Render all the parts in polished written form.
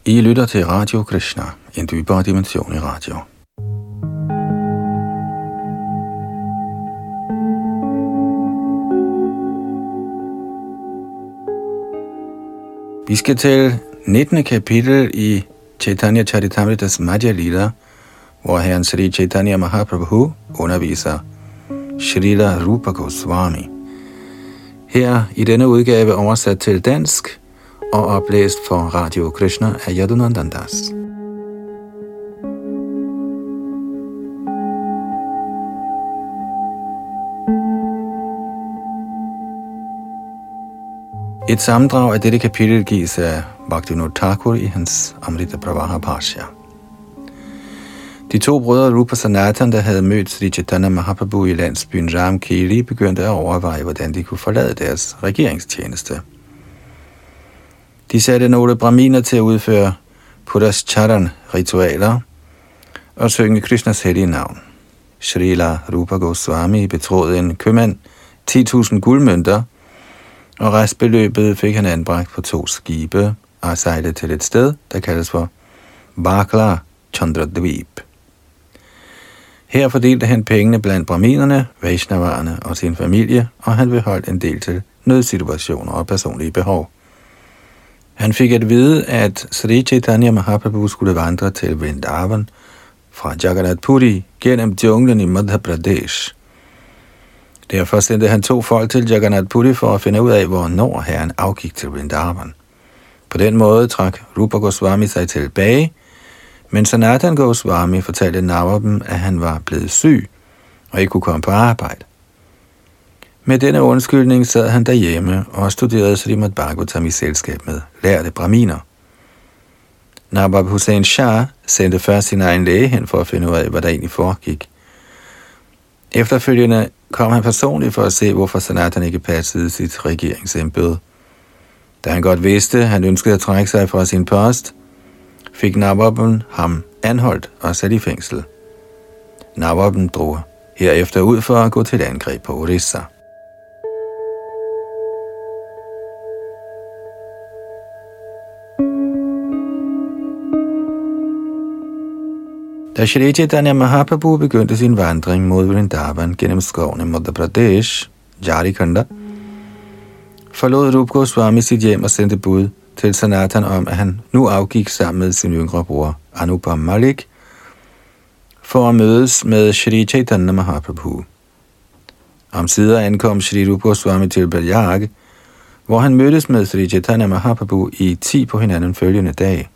I lytter til Radio Krishna, en dybere dimension i radio. Vi skal til 19. kapitel i Chaitanya Charitamritas Madhya Lila, hvor Herren Sri Chaitanya Mahaprabhu underviser Shrila Rupa Goswami. Her i denne udgave oversat til dansk og oplæst for Radio Krishna af Yadunandan Das. Et sammendrag af dette kapitel gives af Bhaktivinoda Thakur i hans Amrita Pravaha Bhashya. De to brødre Rupa Sanatan, der havde mødt Sri Chaitanya Mahaprabhu i landsbyen Ramkeli, begyndte at overveje, hvordan de kunne forlade deres regeringstjeneste. De satte nogle brahminer til at udføre Purascharan-ritualer og synge Krishnas hellige navn. Shrila Rupa Goswami betrådte en købmand 10.000 guldmønter, og restbeløbet fik han anbragt på 2 skibe og sejlede til et sted, der kaldes for Bakla Chandradvip. Her fordelte han pengene blandt brahminerne, Vaishnavarerne og sin familie, og han beholdt en del til nødsituationer og personlige behov. Han fik at vide, at Sri Chaitanya Mahaprabhu skulle vandre til Vrindavan fra Jagannath Puri gennem junglen i Madhya Pradesh. Derfor sendte han 2 folk til Jagannath Puri for at finde ud af, hvornår herren afgik til Vrindavan. På den måde trak Rupa Goswami sig tilbage, men Sanatan Goswami fortalte Navabem, at han var blevet syg og ikke kunne komme på arbejde. Med denne undskyldning sad han derhjemme og studerede Srimad Bhagavatam i selskab med lærte brahminer. Nawab Hussain Shah sendte først sin egen læge hen for at finde ud af, hvad der egentlig foregik. Efterfølgende kom han personligt for at se, hvorfor Sanatan ikke passede sit regeringsembede. Da han godt vidste, at han ønskede at trække sig fra sin post, fik Nawaben ham anholdt og sat i fængsel. Nawaben drog herefter ud for at gå til angreb på Orissa. Da Shri Chaitanya Mahaprabhu begyndte sin vandring mod Vrindavan gennem skoven i Madhya Pradesh, Jharkhand, forlod Rupa Goswami sit hjem og sendte bud til Sanatan om, at han nu afgik sammen med sin yngre bror Anupam Malik for at mødes med Shri Chaitanya Mahaprabhu. Omsider ankom Shri Rupa Goswami til Prayag, hvor han mødtes med Shri Chaitanya Mahaprabhu i 10 på hinanden følgende dage.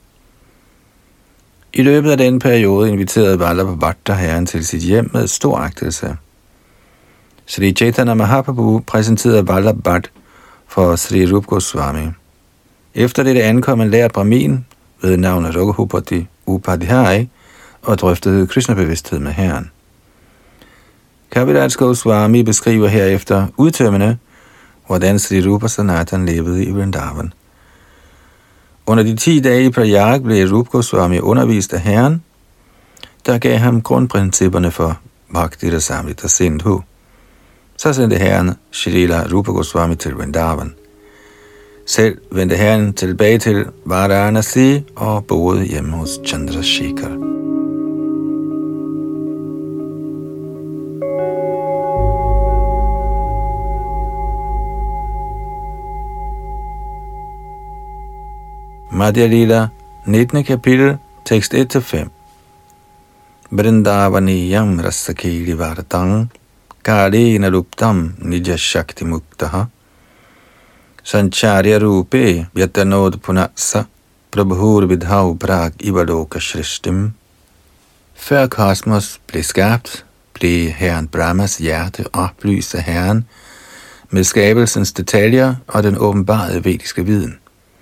I løbet af den periode inviterede Vallabha Bhatta herren til sit hjem med stor agtelse. Shri Chaitanya Mahaprabhu præsenterede Vallabha Bhatta for Shri Rupa Goswami. Efter dette ankom en lært brahmin ved navnet Raghupati Upadhyay og drøftede Krishna-bevidsthed med herren. Kaviraj Goswami beskriver herefter udtømmende, hvordan Sri Rupa Sanatan levede i Vrindavan. Under de 10 dage i Prayag blev Rupa Goswami undervist af herren, der gav ham grundprincipperne for Bhakti Rasamrita Sindhu. Så sendte herren Shrila Rupa Goswami til Vrindavan. Selv vendte herren tilbage til Varanasi og boede hjemme hos Chandrasekhar. Madhya Lila, 19. kapitel, tekst 1-5. Vrindavaniyam rasakeli vardang, kalena luptam nija shakti muktaha, sancharya rupe yatanod punasa, prabhur vidhav prag ivaloka shrishtim. Før kosmos blev skabt, blev herren Brahmas hjerte oplyst af herren med skabelsens detaljer og den åbenbarede vediske viden.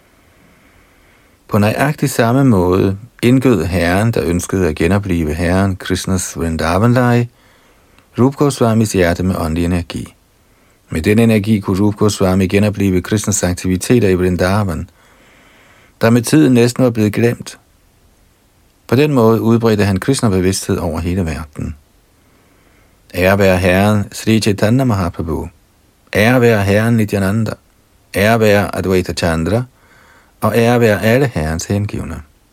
På nøjagtig samme måde indgød herren, der ønskede at genoplive herren Krishnas Vrindavanlege, Rupa Goswamis hjerte med åndelig energi. Med den energi kunne Rupa Goswami genoplive Krishnas aktiviteter i Vrindavan, der med tiden næsten var blevet glemt. På den måde udbredte han Krishna-bevidsthed over hele verden. Ære være herren Sri Chaitanya Mahaprabhu. Ære være herren Nityananda. Ære være Advaita Chandra. Og ære være alle herrens hengivne.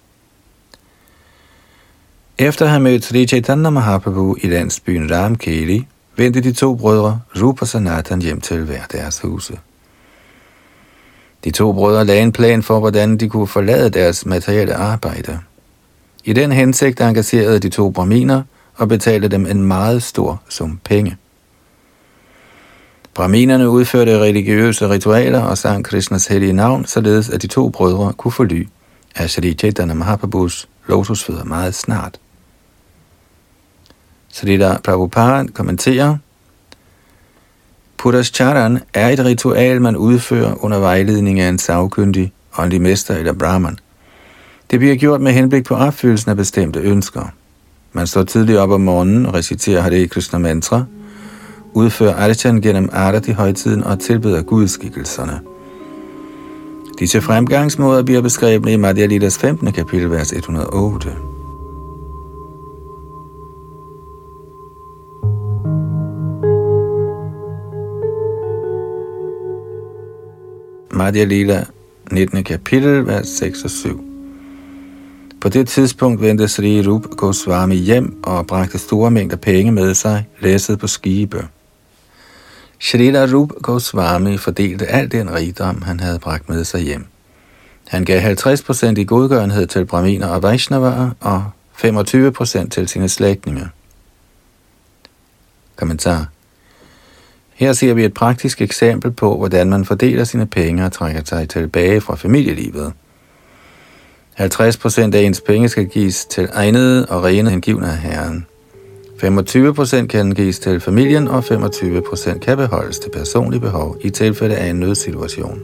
Efter at have mødt Sri Chaitanya Mahaprabhu i landsbyen Ramkeli, vendte de to brødre Rupa og Sanatan hjem til hver deres huse. De to brødre lagde en plan for, hvordan de kunne forlade deres materielle arbejde. I den hensigt engagerede de to brahminer og betalte dem en meget stor sum penge. Brahminerne udførte religiøse ritualer og sang Krishnas hellige navn, således at de to brødre kunne få ly af Sri Chaitanya Mahaprabhus lotusfødder meget snart. Srila Prabhupada kommenterer: Purascharan er et ritual, man udfører under vejledning af en sagkyndig, åndelig mester eller brahman. Det bliver gjort med henblik på opfyldelsen af bestemte ønsker. Man står tidligt op om morgenen og reciterer Hare Krishna mantra, udfører archan gennem arati højtiden og tilbeder gudskikkelserne. Disse fremgangsmåder bliver beskrevet i Madhya Lilas 15. kapitel, vers 108. Madhya Lila 19. kapitel, vers 6 og 7. På det tidspunkt vendte Sri Rupa Goswami hjem og bragte store mængder penge med sig, læsset på skibe. Srila Rupa Goswami fordelte al den rigdom, han havde bragt med sig hjem. Han gav 50% i godgørenhed til brahminer og vaishnavaer og 25% til sine slægtninge. Kommentar. Her ser vi et praktisk eksempel på, hvordan man fordeler sine penge og trækker sig tilbage fra familielivet. 50% af ens penge skal gives til egnede og rene hengivne af Herren. 25% kan gives til familien, og 25% kan beholdes til personlige behov i tilfælde af en nødsituation.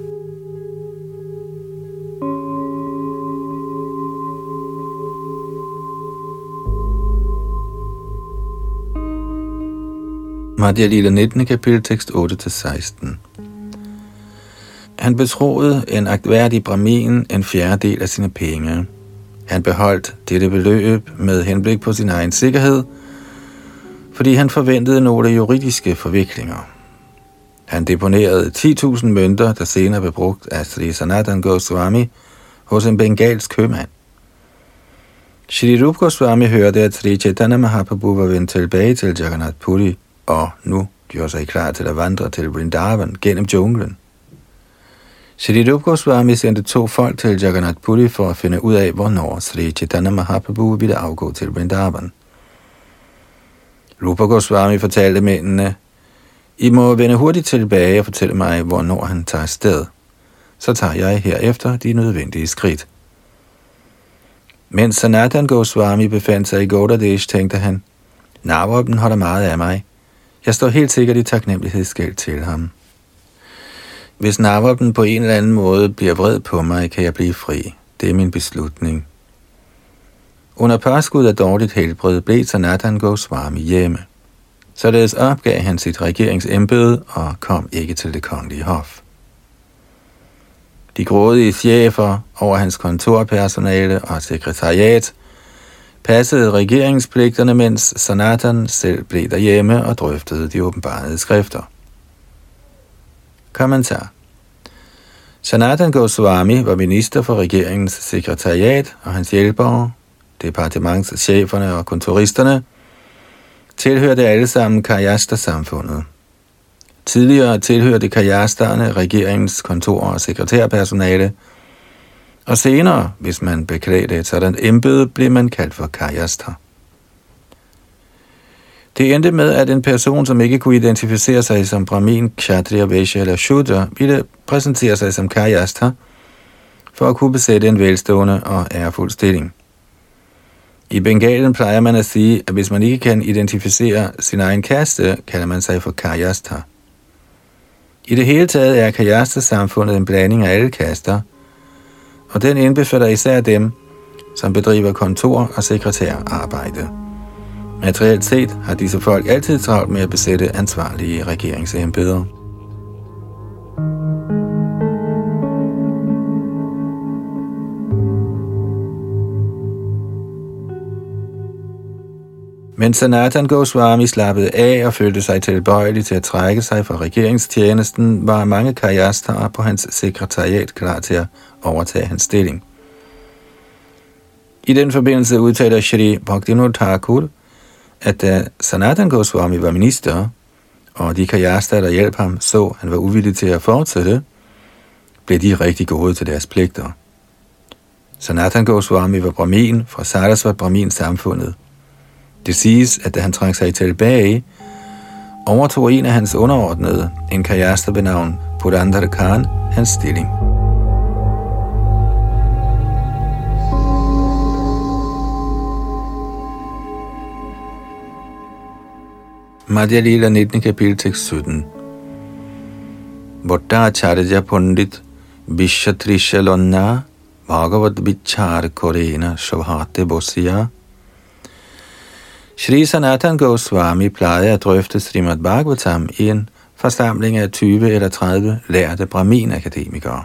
Madhya Lila 19. kapitel, tekst 8-16. Han betroede en agtværdig brahmin en fjerdedel af sine penge. Han beholdt dette beløb med henblik på sin egen sikkerhed, fordi han forventede nogle juridiske forviklinger. Han deponerede 10.000 mønter, der senere blev brugt af Sri Sanatan Goswami hos en bengalsk købmand. Shri Rupa Goswami hørte, at Sri Chaitanya Mahaprabhu var vendt tilbage til Jagannath Puri, og nu gjorde sig klar til at vandre til Vrindavan gennem junglen. Shri Rupa Goswami sendte 2 folk til Jagannath Puri for at finde ud af, hvornår Sri Chaitanya Mahaprabhu ville afgå til Vrindavan. Rupa Goswami fortalte mændene: I må vende hurtigt tilbage og fortælle mig, hvornår han tager afsted. Så tager jeg herefter de nødvendige skridt. Mens Sanatan Goswami befandt sig i Gaudadesh, tænkte han: Narvapen holder meget af mig. Jeg står helt sikkert i taknemmelighedsgæld til ham. Hvis Narvapen på en eller anden måde bliver vred på mig, kan jeg blive fri. Det er min beslutning. Under påskud af dårligt helbred blev Sanatan Goswami hjemme. Således opgav han sit regeringsembede og kom ikke til det kongelige hof. De grådige chefer over hans kontorpersonale og sekretariat passede regeringspligterne, mens Sanatan selv blev derhjemme og drøftede de åbenbarede skrifter. Kommentar. Sanatan Goswami var minister for regeringens sekretariat, og hans hjælpere, departementscheferne og kontoristerne, tilhørte alle sammen Kayasta-samfundet. Tidligere tilhørte Kayasterne regeringens kontor- og sekretærpersonale, og senere, hvis man beklædte et sådan embede, blev man kaldt for Kayasta. Det endte med, at en person, som ikke kunne identificere sig som brahmin, kshatriya, vaishya eller shudra, ville præsentere sig som Kayasta for at kunne besætte en velstående og ærefuld stilling. I Bengalen plejer man at sige, at hvis man ikke kan identificere sin egen kaste, kalder man sig for Kayasta. I det hele taget er Kayasta-samfundet en blanding af alle kaster, og den indbefatter især dem, som bedriver kontor- og sekretærarbejde. Materielt set har disse folk altid travlt med at besætte ansvarlige regeringsembeder. Men Sanatan Goswami slappede af og følte sig tilbøjelig til at trække sig fra regeringstjenesten, var mange Kayastaer på hans sekretariat klar til at overtage hans stilling. I den forbindelse udtaler Shri Bhaktivinoda Thakur, at da Sanatan Goswami var minister, og de kajasta, der hjalp ham, så han var uvillig til at fortsætte, blev de rigtig gode til deres pligter. Sanatan Goswami var brahmin fra Sarasvat Brahmin samfundet. Det siges, at da han trak sig tilbage, overtog en af hans underordnede, en kajasta ved navn Purandhara Khan, hans stilling. Madhya Lila 19. kapitel tekst 17. Bhattacharya Pandit Vishatrisha Lonna Bhagavad Vichar Korena Shabhate Bosya. Shri Sanatan Goswami plejede at drøfte Srimad Bhagavatam i en forsamling af 20 eller 30 lærte brahmin-akademikere.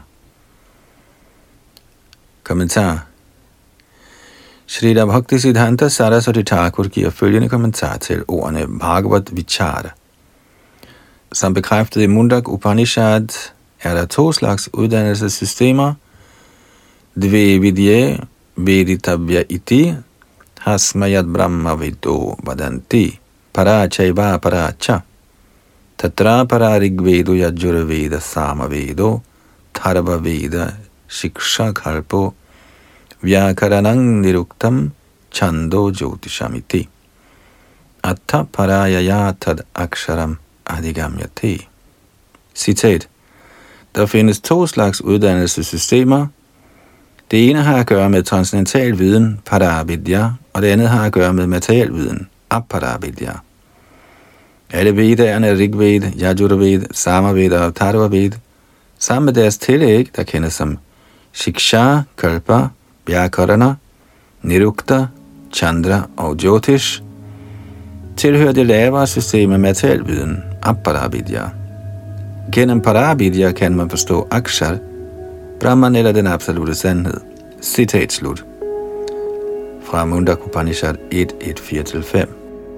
Kommentar. Shrila Bhaktisiddhanta Saraswati Thakur giver følgende kommentar til ordene Bhagavad Vichara. Som bekræftet i Mundak Upanishad er der 2 slags uddannelsessystemer. Dve vidye veditavya iti hasmayat brahma vido vadanti parachaiva paracha tatra pararigvedo yajurveda samavedo tharva veda shiksha kalpo vyakaranang niruktam chando jyotishamiti atta parayaya tad aksharam adigamyati. Citat. Der findes 2 slags uddannelsessystemer. Det ene har at gøre med transcendental viden, Paravidya, og det andet har at gøre med materiel viden, Aparavidya. Alle vedaerne, Rigved, Yajurved, Samaveda og Tharvaved, sammen med deres tillæg, der kendes som Shiksha, Kalpa, Vyakarana, Nirukta, Chandra og Jyotish, tilhører det lavere system af materiel viden, Aparavidya. Gennem Paravidya kan man forstå Akshar, Brahman eller den absolute sandhed. Citat slut. Fra Mundak Upanishad 1.1.4-5.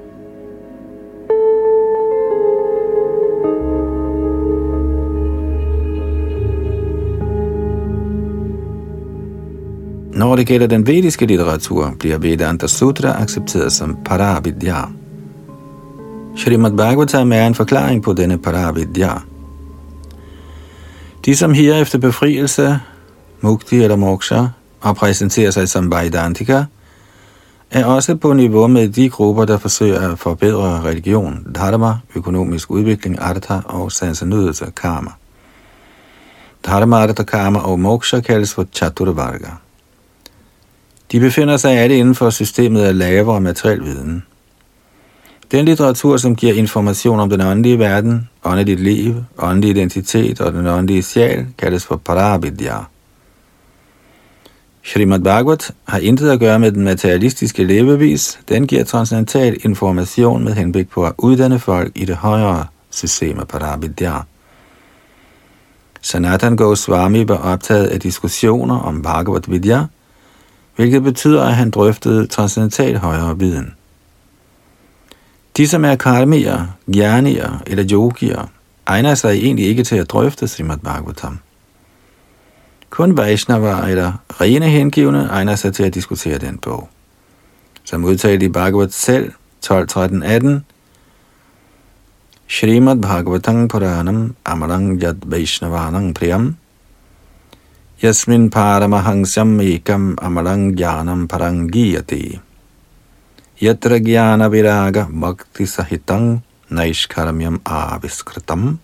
Når det gælder den vediske litteratur, bliver Vedanta Sutra accepteret som Paravidya. Srimad Bhagavatam er en forklaring på denne Paravidya. De, som higer efter befrielse, mukti eller moksha, og præsenterer sig som Vedantika, er også på niveau med de grupper, der forsøger at forbedre religion, dharma, økonomisk udvikling, artha og sansenydelse, karma. Dharma, artha, karma og moksha kaldes for chaturvarga. De befinder sig alle inden for systemet af lavere materiel viden. Den litteratur, som giver information om den åndelige verden, åndeligt liv, åndelig identitet og den åndelige sjæl, kaldes for Paravidya. Srimad Bhagavat har intet at gøre med den materialistiske levevis. Den giver transcendental information med henblik på at uddanne folk i det højere system af Paravidya. Sanatan Goswami var optaget af diskussioner om Bhagavad Vidya, hvilket betyder, at han drøftede transcendental højere viden. De, som er karmier, jnanier eller yogier, egner sig egentlig ikke til at drøfte Srimad Bhagavatam. Kun Vaishnava eller rene hengivne egner sig til at diskutere den bog. Som udtalt i Bhagavat selv, 12.13.18, Shrimad Bhagavatam Puranam Amarang Yad Vaishnavanang Priyam Yasmin Paramahansyam Ekam Amarang Jnanam Parangiyati Yatra Jnana Viraga Bhakti Sahitang Naishkaramyam Aviskritam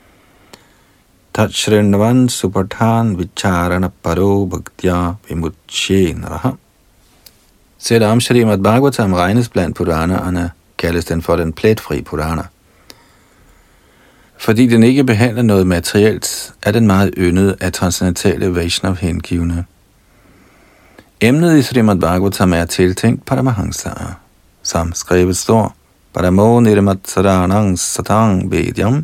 Tatshrinvan Supathan Vicharana Paro Bhaktya Vimuchyenaraha. Selvom Srimad Bhagavatam regnes blandt Puranaerne, kaldes den for den pletfri Purana. Fordi den ikke behandler noget materielt, er den meget yndet af transcendentale Vaishnav-hengivne. Emnet i Srimad Bhagavatam er tiltænkt Paramahansaer, som skrevet står, Paramo nirmatsaranang satang vedyam.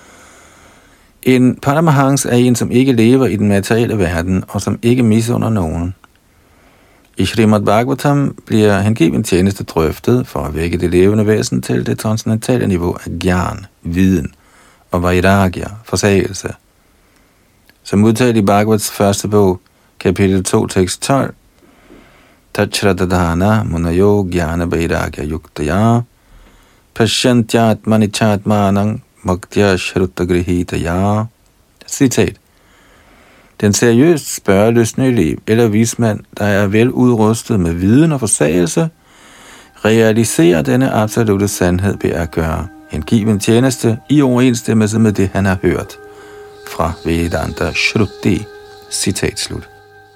En Paramahans er en, som ikke lever i den materielle verden, og som ikke misunder nogen. I Srimad Bhagavatam bliver hengiven tjeneste drøftet for at vække det levende væsen til det transcendentale niveau af gyan, viden og vairagya, forsagelse. Som udtalt i Bhagavats første bog, kapitel 2, tekst 12, Tachradadhana munayo gyana vairagya yuktaya pasyantyatmani chatmanang magtya shrutagrihitaya. Citat. Den seriøst spørgeløsende elev eller vismand, der er vel udrustet med viden og forsagelse, realiserer denne absolute sandhed ved at gøre hengiven tjeneste i overensstemmelse med det, han har hørt fra Vedanta Shruti. Citat slut.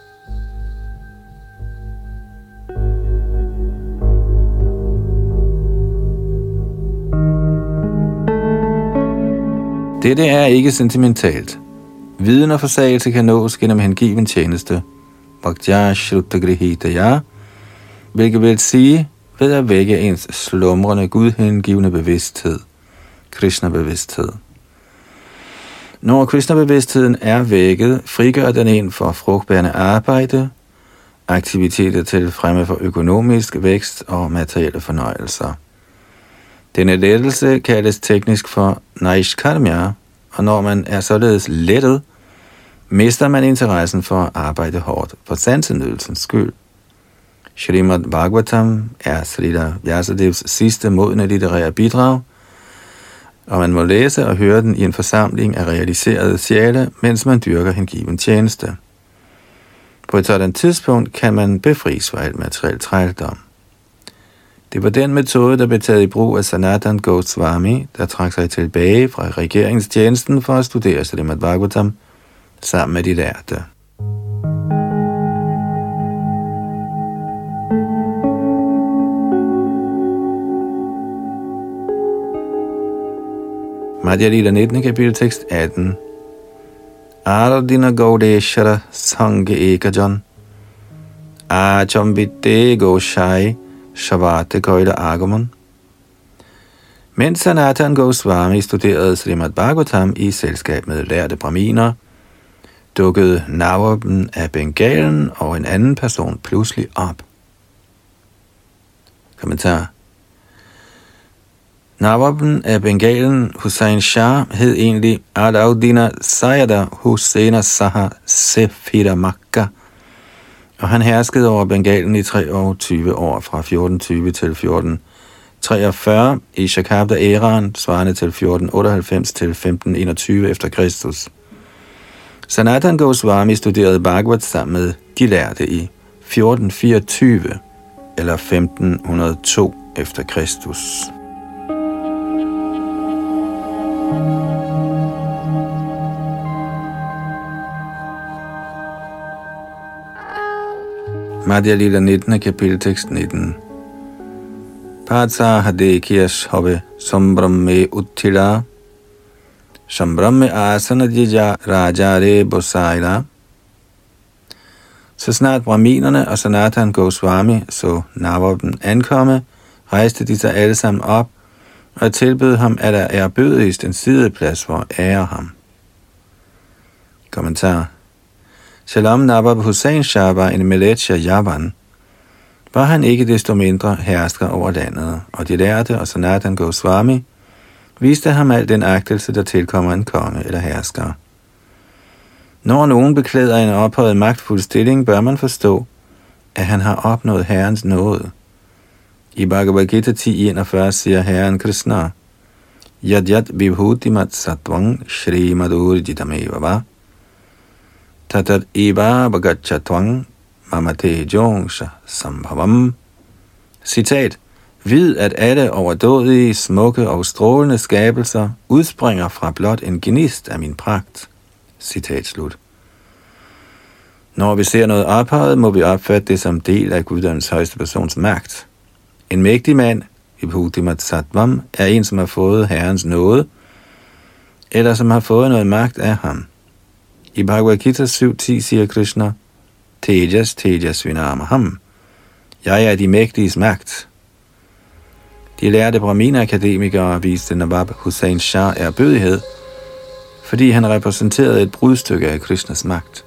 Dette er ikke sentimentalt. Viden og forsagelse kan nås gennem hengiven tjeneste, Bhaktya Shrutagrihitaya, hvilket vil sige ved at vække ens slumrende gudhengivende bevidsthed, Krishna-bevidsthed. Når Krishna-bevidstheden er vækket, frigør den en for frugtbærende arbejde, aktiviteter til fremme for økonomisk vækst og materielle fornøjelser. Denne lettelse kaldes teknisk for naishkarmya, og når man er således lettet, mister man interessen for at arbejde hårdt for sansenydelsens skyld. Srimad Bhagavatam er Srila Vyasadevs sidste modne litterære bidrag, og man må læse og høre den i en forsamling af realiserede sjæle, mens man dyrker hengiven tjeneste. På et sådan tidspunkt kan man befries fra alt materiel trældom. Det var den metode, der blev taget i brug af Sanatan Goswami, der trak sig tilbage fra regeringstjenesten for at studere Srimad Bhagavatam sammen med de lærte. Madhya Lila 19. kapitel tekst 18. Ardina Gaudeshara Sange Ekajan Achambite Goshai Shavate Koida Agaman. Mens Sanatan Goswami studerede Srimad Bhagavatam i selskab med lærte brahminer, dukkede Navaben af Bengalen og en anden person pludselig op. Kommentar. Navaben af Bengalen, Hussain Shah, hed egentlig Alauddin Sayyada Hussain Saha Sefira Makka, og han herskede over Bengalen i 23 år fra 1420 til 1443 i Shakabda-æraen, svarende til 1498 til 1521 efter Kristus. Sanatan Goswami studerede Bhagavat sammen med de lærte i 1424 eller 1502 efter Kristus. Madhya Lila 19. kapitel tekst 19. Patsa hadekiyas hobe sambramme uttila sambramme asana jija rajare bosaila. Så snart brahminerne og Sanatan Goswami så Navaben ankomme, rejste de sig alle sammen op og tilbød ham, at der ærbødigst en sideplads for at ære ham. Kommentar. Selvom Navab Hussain Shah var en Melecha Yavan, var han ikke desto mindre hersker over landet, og de lærte og Sanatan Goswami viste ham al den agtelse, der tilkommer en konge eller hersker. Når nogen beklæder en ophøjet magtfuld stilling, bør man forstå, at han har opnået Herrens nåde. I Bhagavad Gita 10.41 siger Herren Krishna, Yadyat vibhutimat sattvang shrimadurjitameva va tatat eva bhagachattvang mamate jongsha sambhavam. Citat. Vid, at alle overdådige, smukke og strålende skabelser udspringer fra blot en gnist af min pragt. Citat slut. Når vi ser noget ophøjet, må vi opfatte det som del af Guddommens højeste persons magt. En mægtig mand, Vibhutimat Sattvam, er en, som har fået Herrens nåde, eller som har fået noget magt af ham. I Bhagavad Gita 7.10 siger Krishna, Tejas Tejas Vinamaham. Jeg er de mægtiges magt. De lærte brahminer-akademikere viste Nawab Hussain Shah ærbødighed, fordi han repræsenterede et brudstykke af Krishnas magt.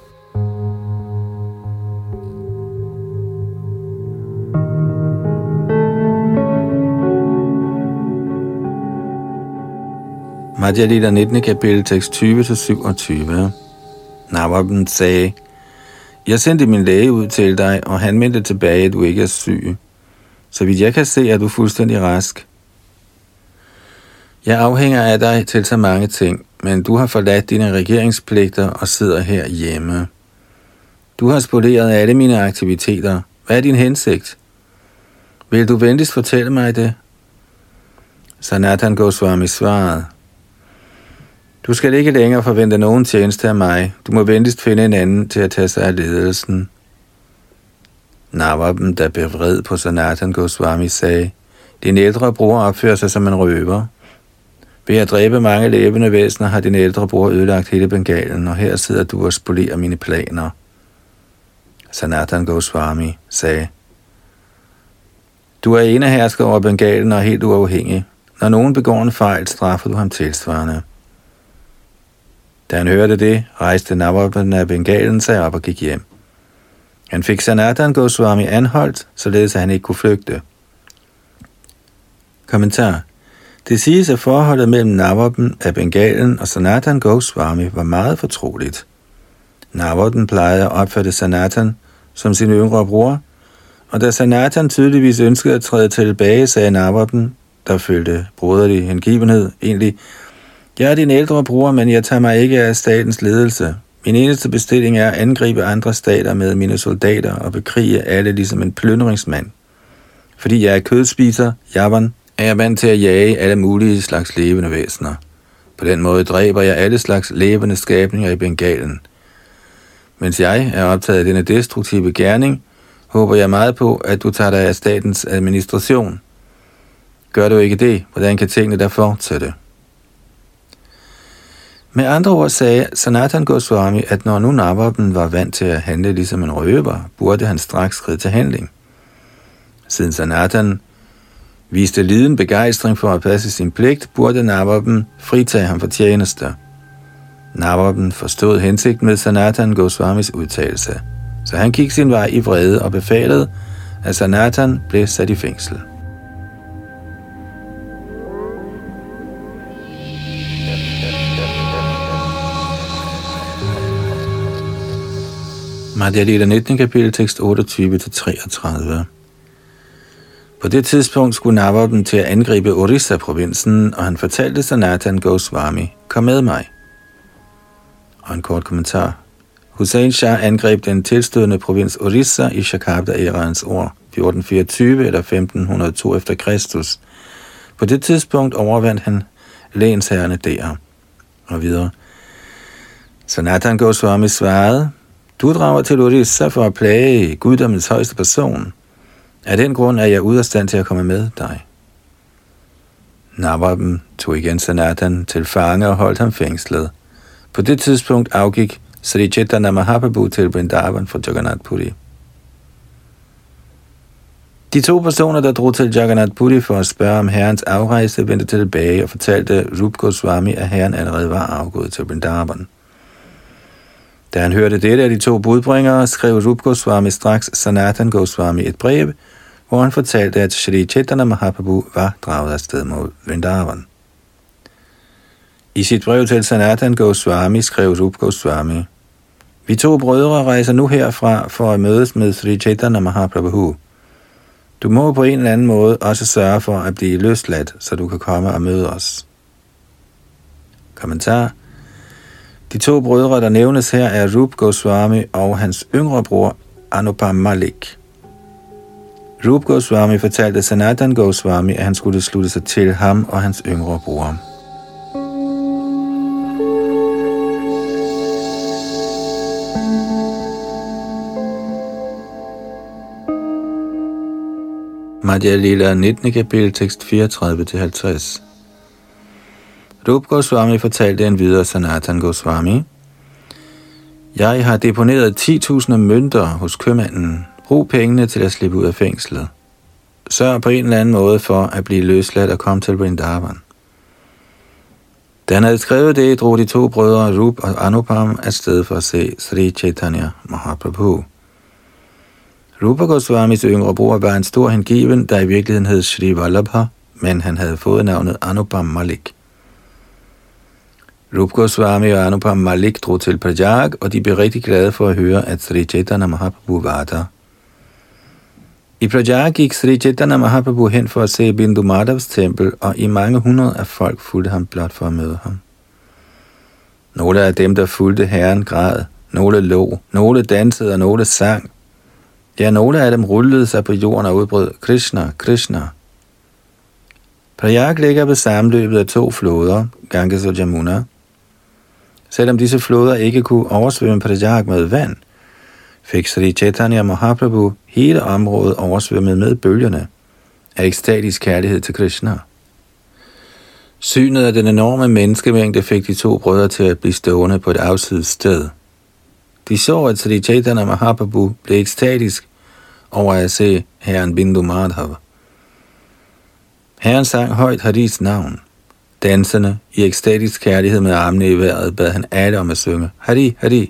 Madhya Lila 19. kapitel tekst 20-27. Navaben sagde, Jeg sendte min læge ud til dig, og han meldte tilbage, at du ikke er syg. Så vidt jeg kan se, er du fuldstændig rask. Jeg afhænger af dig til så mange ting, men du har forladt dine regeringspligter og sidder her hjemme. Du har spoleret alle mine aktiviteter. Hvad er din hensigt? Vil du venligst fortælle mig det? Sanatan Goswami svarede: Du skal ikke længere forvente nogen tjeneste af mig. Du må venligst finde en anden til at tage sig af ledelsen. Navaben, der blev vred på Sanatan Goswami, sagde: Din ældre bror opfører sig som en røver. Ved at dræbe mange levende væsener har din ældre bror ødelagt hele Bengalen, og her sidder du og spolerer mine planer. Sanatan Goswami sagde: Du er enehersker over Bengalen og helt uafhængig. Når nogen begår en fejl, straffer du ham tilsvarende. Da han hørte det, rejste Navaben af Bengalen sig op og gik hjem. Han fik Sanatan Goswami anholdt, således at han ikke kunne flygte. Kommentar. Det siges, at forholdet mellem Navaben af Bengalen og Sanatan Goswami var meget fortroligt. Navaben plejede at opfatte Sanatan som sin yngre bror, og da Sanatan tydeligvis ønskede at træde tilbage, sagde Navaben, der følte broderlig hengivenhed, egentlig: Jeg er din ældre bror, men jeg tager mig ikke af statens ledelse. Min eneste bestilling er at angribe andre stater med mine soldater og bekrige alle ligesom en plyndringsmand. Fordi jeg er kødspiser, Javan, er jeg vant til at jage alle mulige slags levende væsener. På den måde dræber jeg alle slags levende skabninger i Bengalen. Mens jeg er optaget af denne destruktive gerning, håber jeg meget på, at du tager dig af statens administration. Gør du ikke det, hvordan kan tingene der fortsætte? Med andre ord sagde Sanatan Goswami, at når nu Navaben var vant til at handle ligesom en røver, burde han straks skride til handling. Siden Sanatan viste liden begejstring for at passe sin pligt, burde Navaben fritage ham for tjeneste. Navaben forstod hensigten med Sanatan Goswamis udtalelse, så han gik sin vej i vrede og befalede, at Sanatan blev sat i fængsel. Madhya Lila 19. kapitel, tekst 28-33. På det tidspunkt skulle Navaben til at angribe Orissa-provinsen, og han fortalte Sanatan Goswami: Kom med mig. Og en kort kommentar. Hussein Shah angreb den tilstødende provins Orissa i Shakabda-æraens år 1424 eller 1502 efter Kristus. På det tidspunkt overvandt han lensherrene der. Og videre. Sanatan Goswami svarede: Du drager til Orissa for at plage guddommens højeste person. Af den grund er jeg ude af stand til at komme med dig. Navaben tog igen Sanatan til fange og holdt ham fængslet. På det tidspunkt afgik Sri Chaitanya Mahaprabhu til Vrindavan fra Jagannath Puri. De to personer, der drog til Jagannath Puri for at spørge om herrens afrejse, vendte tilbage og fortalte Rupa Goswami, at herren allerede var afgået til Vrindavan. Da han hørte dette af de to budbringere, skrev Rupa Goswami straks Sanatan Goswami et brev, hvor han fortalte, at Sri Chaitanya Mahaprabhu var draget afsted mod Vrindavan. I sit brev til Sanatan Goswami skrev Rupa Goswami: Vi to brødre rejser nu herfra for at mødes med Sri Chaitanya Mahaprabhu. Du må på en eller anden måde også sørge for at blive løsladt, så du kan komme og møde os. Kommentar. De to brødre, der nævnes her, er Rupa Goswami og hans yngre bror Anupam Malik. Rupa Goswami fortalte Sanatan Goswami, at han skulle slutte sig til ham og hans yngre bror. Madhya Lila 19. kapitel, tekst 34-50. Rupa Goswami fortalte endvidere Sanatan Goswami: Jeg har deponeret 10.000 mønter hos købmanden. Brug pengene til at slippe ud af fængslet. Sørg på en eller anden måde for at blive løsladt og komme til Vrindavan. Da han havde skrevet det, drog de to brødre Rup og Anupam afsted for at se Sri Chaitanya Mahaprabhu. Rupa Goswamis yngre bror var en stor hengiven, der i virkeligheden hed Shri Vallabha, men han havde fået navnet Anupam Malik. Rupa Goswami og Anupam Malik drog til Prayag, og de blev rigtig glade for at høre, at Sri Chaitanya Mahaprabhu var der. I Prayag gik Sri Chaitanya Mahaprabhu hen for at se Bindu Madhavs tempel, og i mange hundrede af folk fulgte ham blot for at møde ham. Nogle af dem, der fulgte herren, græd, nogle lå, nogle dansede og nogle sang. Ja, nogle af dem rullede sig på jorden og udbrød Krishna, Krishna. Prayag ligger ved sammenløbet af 2 floder, Ganges og Jamuna. Selvom disse floder ikke kunne oversvømme Prayag med vand, fik Sri Chaitanya Mahaprabhu hele området oversvømmet med bølgerne af ekstatisk kærlighed til Krishna. Synet af den enorme menneskemængde fik de 2 brødre til at blive stående på et afsides sted. De så, at Sri Chaitanya Mahaprabhu blev ekstatisk over at se herren Bindu Madhav. Herren sang højt Haris navn. Dansende i ekstatisk kærlighed med armene i vejret bad han alle om at synge Hari, Hari.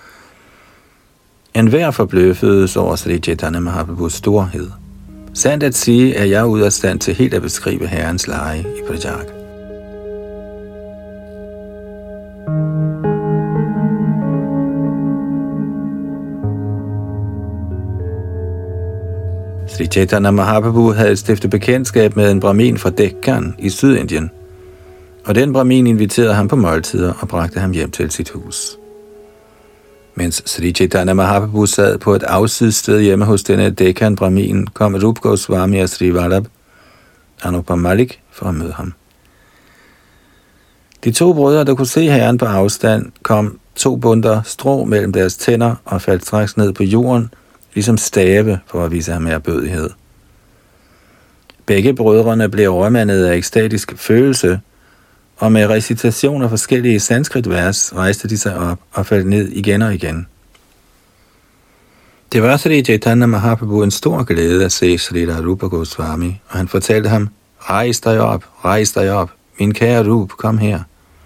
Enhver forbløffedes over Sri Chaitanya Mahaprabhus storhed. Sandt at sige, er jeg ude af stand til helt at beskrive herrens lege i Prayag. Sri Chaitanya Mahaprabhu havde stiftet bekendtskab med en brahmin fra Deccan i Sydindien, og den brahmin inviterede ham på måltider og bragte ham hjem til sit hus. Mens Sri Chaitanya Mahaprabhu sad på et afsides sted hjemme hos denne Deccan brahmin, kom Rupa Goswami og Sri Vallabh Anupam Malik for at møde ham. De 2 brødre, der kunne se herren på afstand, kom 2 bundter strå mellem deres tænder og faldt straks ned på jorden, ligesom stave for at vise ham ærbødighed. Begge brødrene blev overmandet af ekstatisk følelse, og med recitation af forskellige sanskritvers rejste de sig op og faldt ned igen og igen. Det var Sri Chaitanya Mahaprabhu en stor glæde at se Srila Rupa Goswami, og han fortalte ham, rejs dig op, min kære Rup, kom her.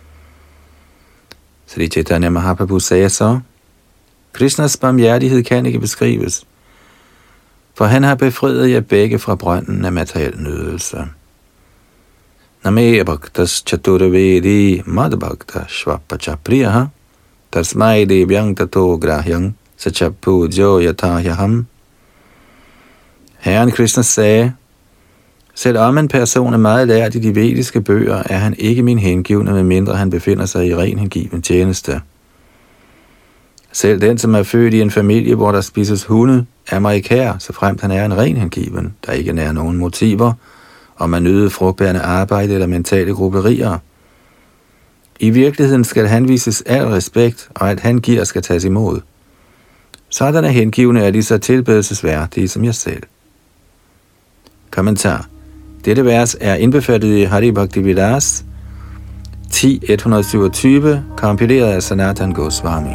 Sri Chaitanya Mahaprabhu sagde så, Krishnas barmhjertighed kan ikke beskrives, for han har befriet jer begge fra brønden af materiel nydelse. Name bhaktas chaturvedi madbhakta shvapachapriyaha tasmai devyang tato grahyang sachapujo yatahaham. Herren Krishna sagde, selvom en person er meget lært i de vediske bøger, er han ikke min hengivne, medmindre han befinder sig i ren hengiven tjeneste. Selv den, som er født i en familie, hvor der spises hunde, er mig kær, så fremt han er en ren hengiven, der ikke nær nogen motiver, om at nyde frugtbærende arbejde eller mentale grupperier. I virkeligheden skal han vises al respekt, og alt han giver skal tages imod. Sådanne hengivne er lige så tilbedelsesværdige som jeg selv. Kommentar. Dette vers er indbefattet i Hari Bhaktivilas 10.127, kompileret af Sanatan Goswami.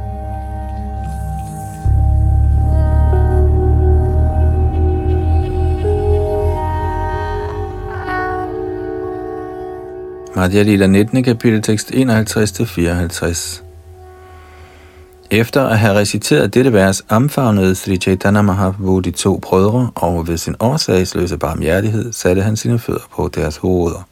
Madhya Lila 19. kapitel, tekst 51-54. Efter at have reciteret dette vers, omfavnede Sri Chaitanya Mahaprabhu de 2 brødre, og ved sin årsagsløse barmhjertighed satte han sine fødder på deres hoveder.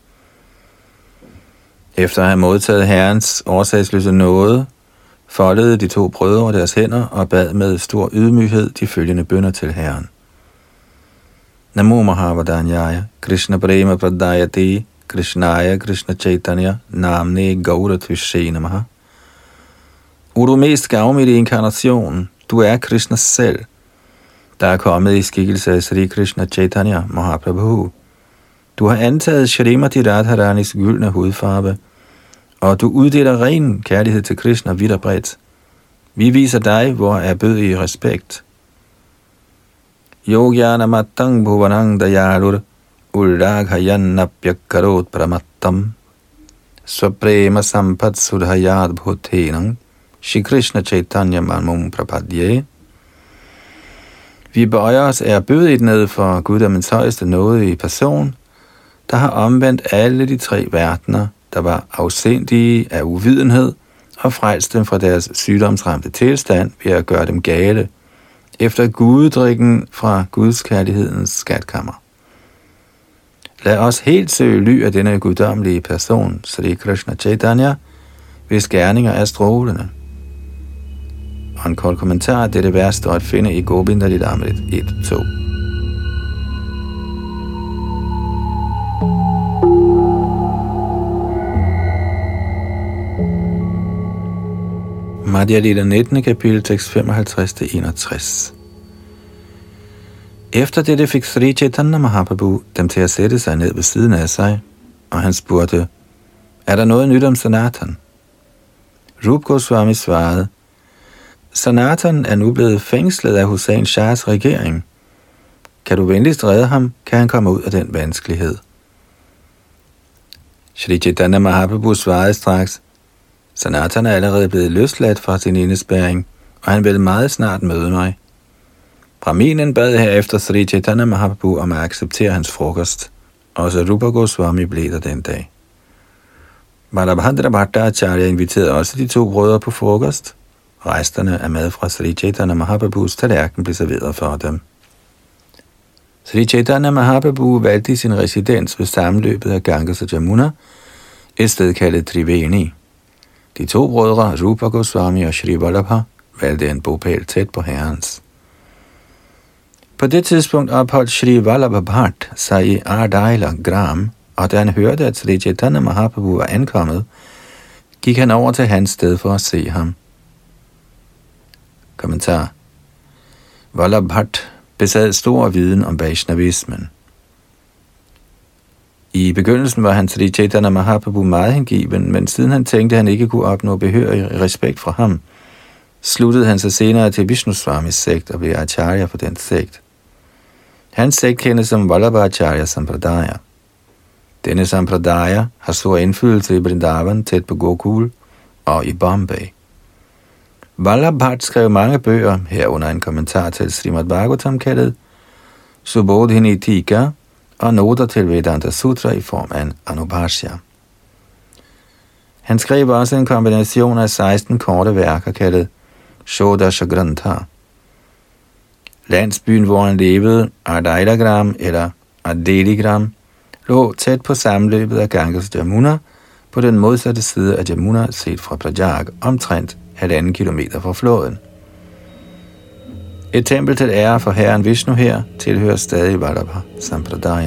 Efter at have modtaget herrens årsagsløse nåde, foldede de 2 brødre deres hænder og bad med stor ydmyghed de følgende bønner til herren. Namo Mahavadanyaya, Krishna Prema Pradayati, Krishnaya Krishna Chaitanya, Namne Gaura Tvishé Namaha. O du mest gavmilde inkarnation, du er Krishnas selv, der er kommet i skikkelse af Sri Krishna Chaitanya Mahaprabhu. Du har antaget Shrimati Radharanis gyldne hudfarve, og du uddeler ren kærlighed til Krishna vidt og bredt. Vi viser dig, hvor er bødig respekt. Yogyana Matang Bhuvanang Dayalur Ullaghayanapyakarot Pramattam Swaprema Sampat Sudhayad Bhutenang Shri Krishna Chaitanya Manmum Prapadye. Vi bøjer os ærbødigt ned for Guddommens højeste nåde i person, der har omvendt alle de 3 verdener, der var afsindige af uvidenhed, og frelst dem fra deres sygdomsramte tilstand ved at gøre dem gale, efter gudedrikken fra Guds kærlighedens skatkammer. Lad os helt søge ly af denne guddommelige person, Sri Krishna Chaitanya, hvis gerninger er strålende. Og en kort kommentar af dette vers står at finde i Govinda Lilamrit 1-2. Madhya Lila 19. kapitel, tekst 55-61. Efter dette fik Sri Chaitanya Mahaprabhu dem til at sætte sig ned ved siden af sig, og han spurgte, er der noget nyt om Sanatan? Rupa Goswami svarede, Sanatan er nu blevet fængslet af Hussain Shahs regering. Kan du venligst redde ham, kan han komme ud af den vanskelighed. Sri Chaitanya Mahaprabhu svarede straks, Sanatan er allerede blevet løsladt fra sin indespærring, og han vil meget snart møde mig. Brahminen bad herefter Sri Chaitanya Mahaprabhu om at acceptere hans frokost. Også Rupa Goswami blev der den dag. Balabhadra Bhattacharya inviterede også de to brødre på frokost. Resterne af mad fra Sri Chaitanya Mahaprabhus tallerken blev serveret for dem. Sri Chaitanya Mahaprabhu valgte i sin residens ved sammenløbet af Ganges og Jamuna, et sted kaldet Triveni. De to brødre, Rupa Goswami og Shri Vallabha, valgte en bopæl tæt på herrens. På det tidspunkt opholdt Shri Vallabha Bhatt sig i Ardaila Gram, og da han hørte, at Sri Chaitanya Mahaprabhu var ankommet, gik han over til hans sted for at se ham. Kommentar. Vallabha Bhatt besad stor viden om Vaishnavismen. I begyndelsen var han Sri Chaitanya Mahaprabhu meget hengiven, men siden han tænkte, at han ikke kunne opnå behørig respekt fra ham, sluttede han sig senere til Vishnuswamis sekt og blev acharya for den sekt. Hans sekt kendes som Vallabhacharya Sampradaya. Denne Sampradaya har stor indflydelse i Vrindavan, tæt på Gokul og i Bombay. Vallabha Bhatt skrev mange bøger, herunder en kommentar til Srimad Bhagavatam kaldet Subodhini Tika og noter til Vedanta Sutra i form af en Anubhashya. Han skrev også en kombination af 16 korte værker kaldet Shodasha Grantha. Landsbyen, hvor han levede, Ardailagram eller Ardeligram, lå tæt på sammenløbet af Ganges og Jamuna, på den modsatte side af Jamuna set fra Prajag, omtrent 1,5 kilometer fra floden. Et tempel til ære for herren Vishnu her tilhører stadig Vallabha Sampradaya.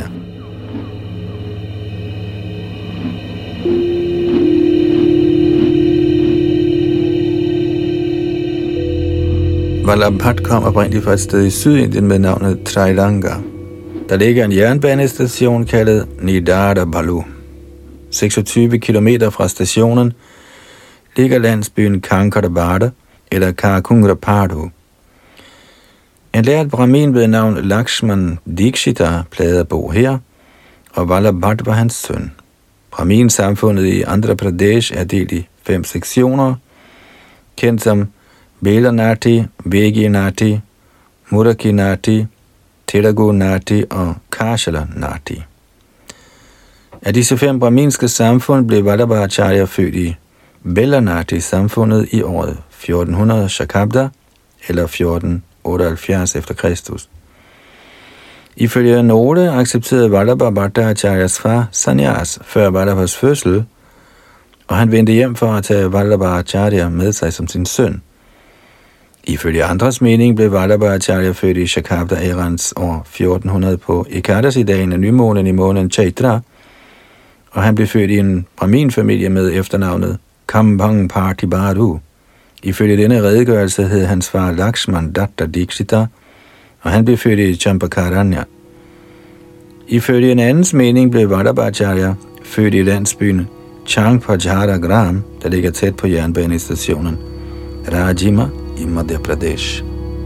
Vallabha Bhatt kom oprindeligt fra et sted i Sydindien med navnet Trailanga. Der ligger en jernbanestation kaldet Nidada Balu. 26 kilometer fra stationen ligger landsbyen Kankarabada eller Karakungrapadu. En lært brahmin ved navn Lakshman Dikshita plejede at bo her, og Vallabha Bhatt var hans søn. Brahmin-samfundet i Andhra Pradesh er delt i 5 sektioner, kendt som Belanati, Veginati, Murakinati, Telugu-nati og Kashala-nati. Af disse 5 brahminske samfund blev Vallabhacharya født i Belanati-samfundet i året 1400 Shakabda eller 1478 efter Kristus. Ifølge nogle accepterede Vallabha Bhattacharyas far sannyas før Vallabhas fødsel, og han vendte hjem for at tage Vallabhacharya med sig som sin søn. Ifølge andres mening blev Vallabhacharya født i Shakabda-ærens år 1400 på Ekadasi-dagen af nymånen i måneden Chaitra, og han blev født i en brahmin-familie med efternavnet Kambang Partibadu. Ifølge denne redegørelse hed hans far Lakshman Datta Dikshita, og han blev født i Champakaranya. Ifølge en andens mening blev Vallabhacharya født i landsbyen Changpajhara Gram, der ligger tæt på jernbanestationen Rajima i Madhya Pradesh.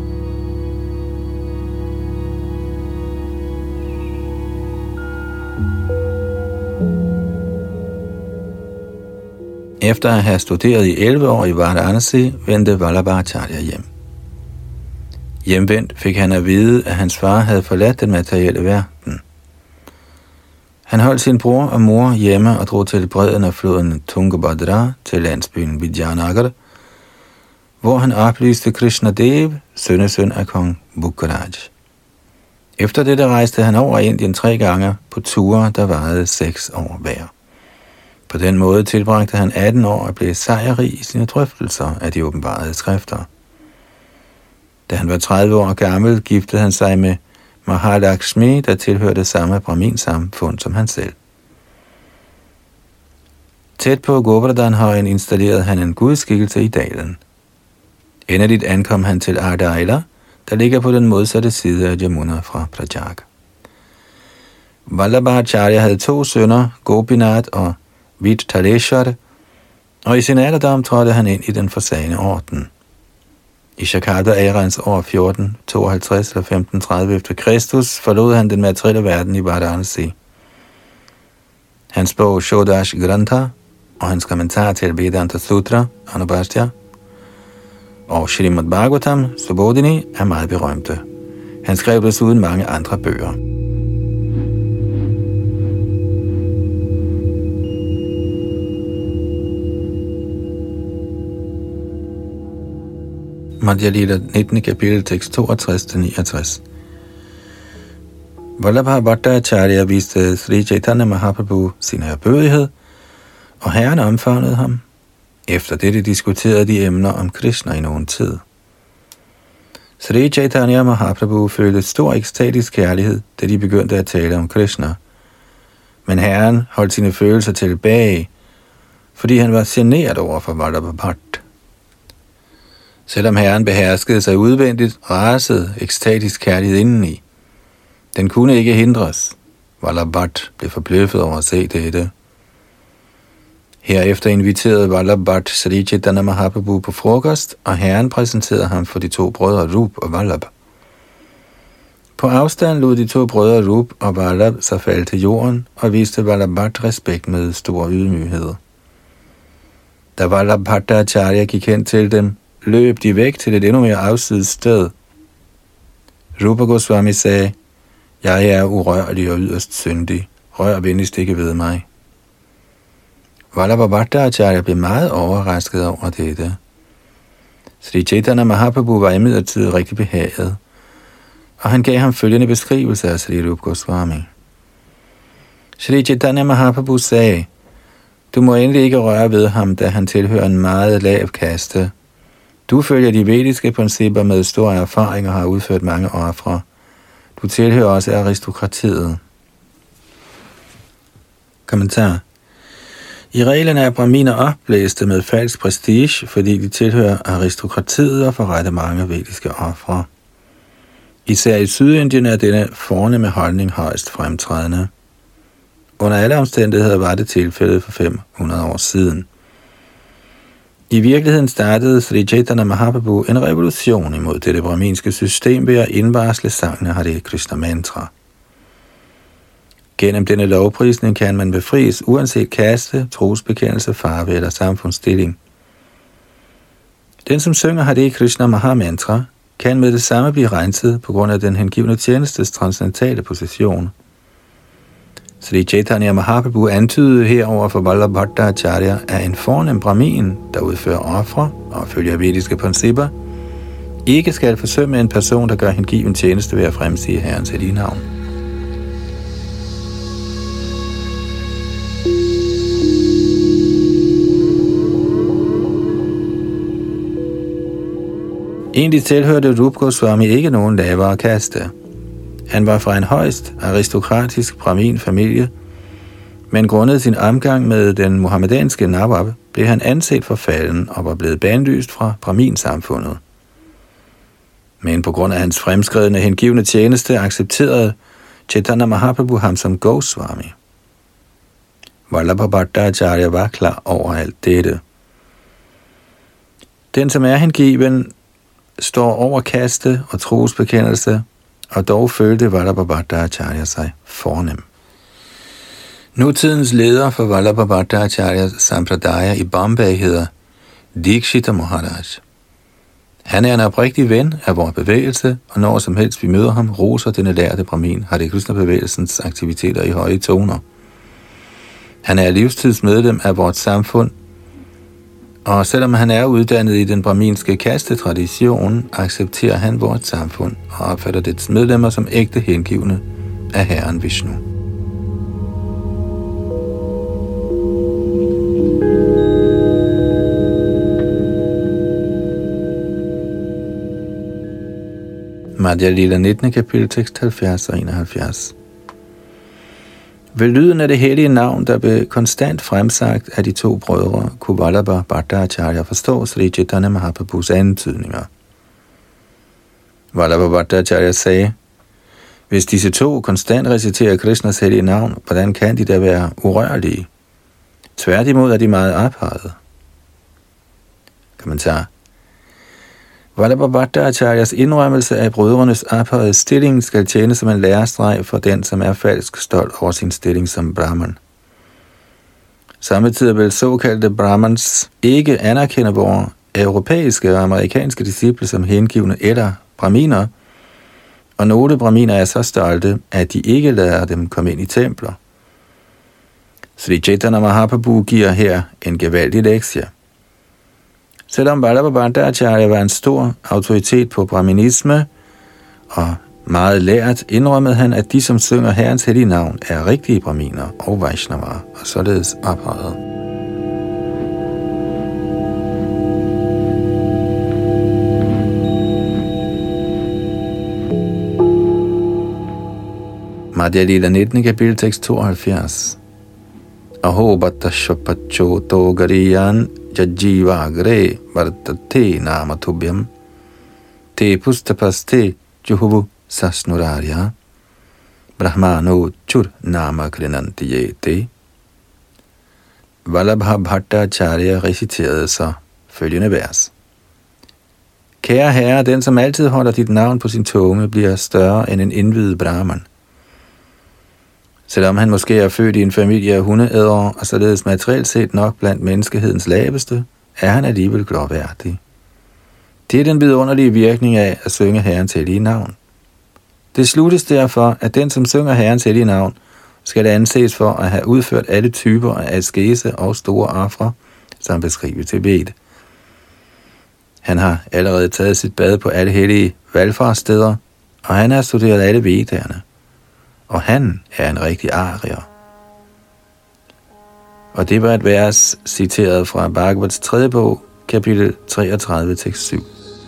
Efter at have studeret i 11 år i Varanasi, vendte Vallabhacharya hjem. Hjemvendt fik han at vide, at hans far havde forladt den materielle verden. Han holdt sin bror og mor hjemme og drog til bredden af floden Tungabhadra til landsbyen Vidyanagar, hvor han oplyste Krishnadev, sønnesøn af kong Bukharaj. Efter dette rejste han over Indien 3 gange på ture, der varede 6 år hver. På den måde tilbragte han 18 år og blev sejrrig i sine drøftelser af de åbenbarede skrifter. Da han var 30 år gammel, giftede han sig med Mahalakshmi, der tilhørte samme brahminsamfund som han selv. Tæt på Govardhan-højen installerede han en gudskikkelse i dalen. Endeligt ankom han til Ardaila, der ligger på den modsatte side af Yamuna fra Prajag. Vallabhacharya havde 2 sønner, Gopinath og Vittaleshwar, og i sin alderdom trådte han ind i den forsagende orden. I Shakarda-ærens år 1452 eller 1530 efter Kristus forlod han den materielle verden i Varanasi. Hans bog Shodash Grantha og hans kommentar til Vedanta Sutra, Anubhashya, og Srimad Bhagavatam, Subodhini, er meget berømte. Han skrev desuden mange andre bøger. Madhya Lila 19. kapitel, tekst 62-69. Vallabha Bhattacharya viste Sri Chaitanya Mahaprabhu sin ærbødighed, og Herren omfavnede ham. Efter dette diskuterede de emner om Krishna i nogen tid. Sri Chaitanya Mahaprabhu følte stor ekstatisk kærlighed, da de begyndte at tale om Krishna. Men Herren holdt sine følelser tilbage, fordi han var generet over for Vallabha Bhatt. Selvom Herren beherskede sig udvendigt, rasede ekstatisk kærlighed indeni. Den kunne ikke hindres. Vallabha Bhatt blev forbløffet over at se dette. Herefter inviterede Vallabha Bhatt Sri Chaitanya Mahaprabhu på frokost, og Herren præsenterede ham for de 2 brødre Rup og Vallabha. På afstand lod de 2 brødre Rup og Vallabha sig falde til jorden og viste Vallabha Bhatt respekt med stor ydmyghed. Da Vallabha Bhattacharya gik hen til dem, løb de væk til et endnu mere afsides sted. Rupa Goswami sagde, jeg er urørlig og yderst syndig. Rør venligst ikke ved mig. Vallabha Bhattacharya blev meget overrasket over dette. Sri Chaitanya Mahaprabhu var imidlertid rigtig behaget, og han gav ham følgende beskrivelse af Sri Rupa Goswami. Sri Chaitanya Mahaprabhu sagde, du må endelig ikke røre ved ham, da han tilhører en meget lav kaste. Du følger de vediske principper med stor erfaring og har udført mange ofre. Du tilhører også aristokratiet. Kommentar. I reglen er brahminer opblæste med falsk prestige, fordi de tilhører aristokratiet og forretter mange vediske ofre. Især i Sydindien er denne fornemme holdning højst fremtrædende. Under alle omstændigheder var det tilfældet for 500 år siden. I virkeligheden startede Sri Chaitanya Mahaprabhu en revolution imod dette brahminske system ved at indvarsle sangene Hare Krishna mantra. Gennem denne lovprisning kan man befries uanset kaste, trosbekendelse, farve eller samfundsstilling. Den, som synger Hare Krishna Mahamantra, kan med det samme blive renset på grund af den hengivne tjenestes transcendentale position. Sri Chaitanya Mahaprabhu antydede herover for Vallabha Bhattacharya, at en fornem brahmin, der udfører ofre og følger vediske principper, ikke skal forsømme en person, der gør hengiven tjeneste ved at fremsige Herrens hellige navn. Egentlig tilhørte Rupa Goswami ikke nogen lavere kaste. Han var fra en højst aristokratisk brahmin-familie, men grundet sin omgang med den muhammedanske Nawab blev han anset for falden og var blevet bandlyst fra brahmin-samfundet. Men på grund af hans fremskredne hengivne tjeneste accepterede Chaitanya Mahaprabhu ham som Goswami. Vallabha Bhattacharya var klar over alt dette. Den, som er hengiven, står over kaste og trosbekendelse, og dog følte Vallabha Bhattacharya sig fornem. Nutidens leder for Vallabha Bhattacharya Sampradaya i Bombay hedder Dikshita Maharaj. Han er en oprigtig ven af vores bevægelse, og når som helst vi møder ham, roser denne lærte brahmin Hare Krishna-bevægelsens aktiviteter i høje toner. Han er livstidsmedlem af vores samfund, og selvom han er uddannet i den brahminske kastetradition, accepterer han vores samfund og opfatter dets medlemmer som ægte hengivne af Herren Vishnu. Madhya Lila 19. kapitel, tekst 70 og 71. Ved lyden af det hellige navn, der blev konstant fremsagt af de to brødre, kunne Vallabha Bhattacharya forstå Sri Chaitanya Mahaprabhus antydninger. Vallabha Bhattacharya sagde, hvis disse to konstant reciterer Krishnas hellige navn, hvordan kan de da være urørlige? Tværtimod er de meget ophøjede. Kommentar. Vallabha Bhattacharyas indrømmelse af brødrenes ophøjede stilling skal tjene som en lærestreg for den, som er falsk stolt over sin stilling som brahman. Samtidig vil såkaldte brahmans ikke anerkende vores europæiske og amerikanske disciple som hengivne eller brahminer, og nogle brahminer er så stolte, at de ikke lader dem komme ind i templer. Sri Chaitanya Mahaprabhu giver her en gevaldig lektie. Selvom Vallabha Bhattacharya var en stor autoritet på brahminisme og meget lært, indrømmede han, at de, som synger Herrens hellige navn, er rigtige brahminer og Vaishnavaer, og således ophøjet. Madhya Lila 19. kapitel, tekst 72. Aho bhattashvapacho togariyan jajjivagre vartate namatubhyam te pustapaste juhuvu sasnurarya brahmano chur nama krinanti yete. Vallabha Bhattacharya reciterede så følgende vers. Kære herre, den som altid holder dit navn på sin tunge, bliver større end en indviet brahman. Selvom han måske er født i en familie af hundeædere og således materielt set nok blandt menneskehedens laveste, er han alligevel glorværdig. Det er den vidunderlige virkning af at synge Herrens hellige navn. Det sluttes derfor, at den, som synger Herrens hellige navn, skal anses for at have udført alle typer af askese og store ofre, som beskrives i Veda. Han har allerede taget sit bad på alle hellige valfartssteder, og han har studeret alle Vedderne. Og han er en rigtig arier. Og det var et vers citeret fra Bhagavats 3. bog, kapitel 33, tekst 7.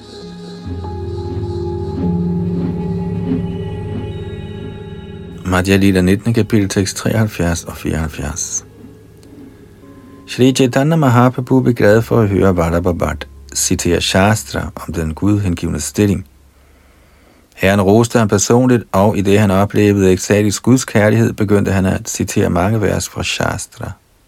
Madhya Lila 19. kapitel, tekst 73 og 74. Shri Chaitanya Mahaprabhu blev glad for at høre Vallabha Bhatt citere Shastra om den gudhengivne stilling. Herren roste ham personligt, og i det han oplevede ekstatisk Guds kærlighed, begyndte han at citere mange vers fra Shastra.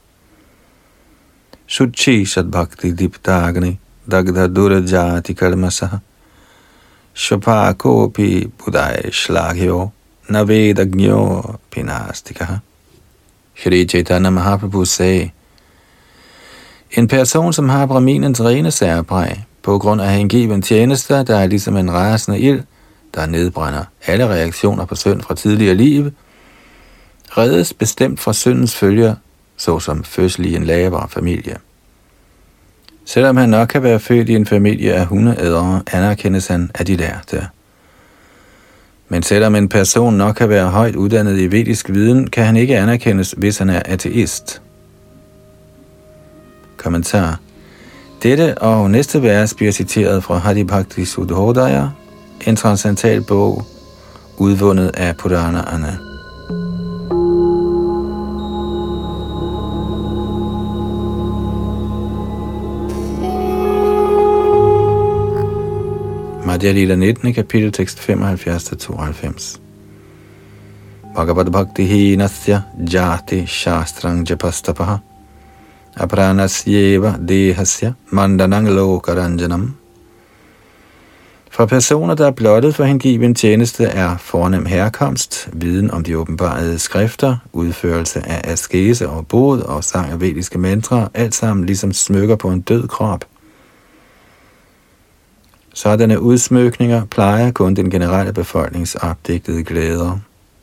Shuchi Shadbhakti Diptagni Dagdha Durajati Kalmasaha Shopakopi Budai Shlagyo Navedagyo Pinastikaha. Shri Chaitanya Mahaprabhu sagde, en person, som har brahminens rene særpræg, på grund af hengiven tjenester, der er ligesom en rasende ild, der nedbrænder alle reaktioner på synd fra tidligere liv, reddes bestemt fra syndens følger, såsom fødsel i en lavere familie. Selvom han nok kan være født i en familie af hundeædere, anerkendes han af de lærte. Men selvom en person nok kan være højt uddannet i vedisk viden, kan han ikke anerkendes, hvis han er ateist. Kommentar. Dette og næste vers bliver citeret fra Hadi Bhakti Sudhodaya, en transcendental bog, udvundet af Puranaerne. Madhya Lila 19. kapitel, tekst 75-92. Bhagavad Bhakti Nasya Jati Shastrang Japastapaha Apranasyeva Dehasya Mandanang Lokaranjanam. For personer, der er blottet for hengiven tjeneste, er fornem herkomst, viden om de åbenbarede skrifter, udførelse af askese og bod og sang af vediske mantra, alt sammen ligesom smykker på en død krop. Sådanne udsmykninger plejer kun den generelle befolknings opdigtede glæder.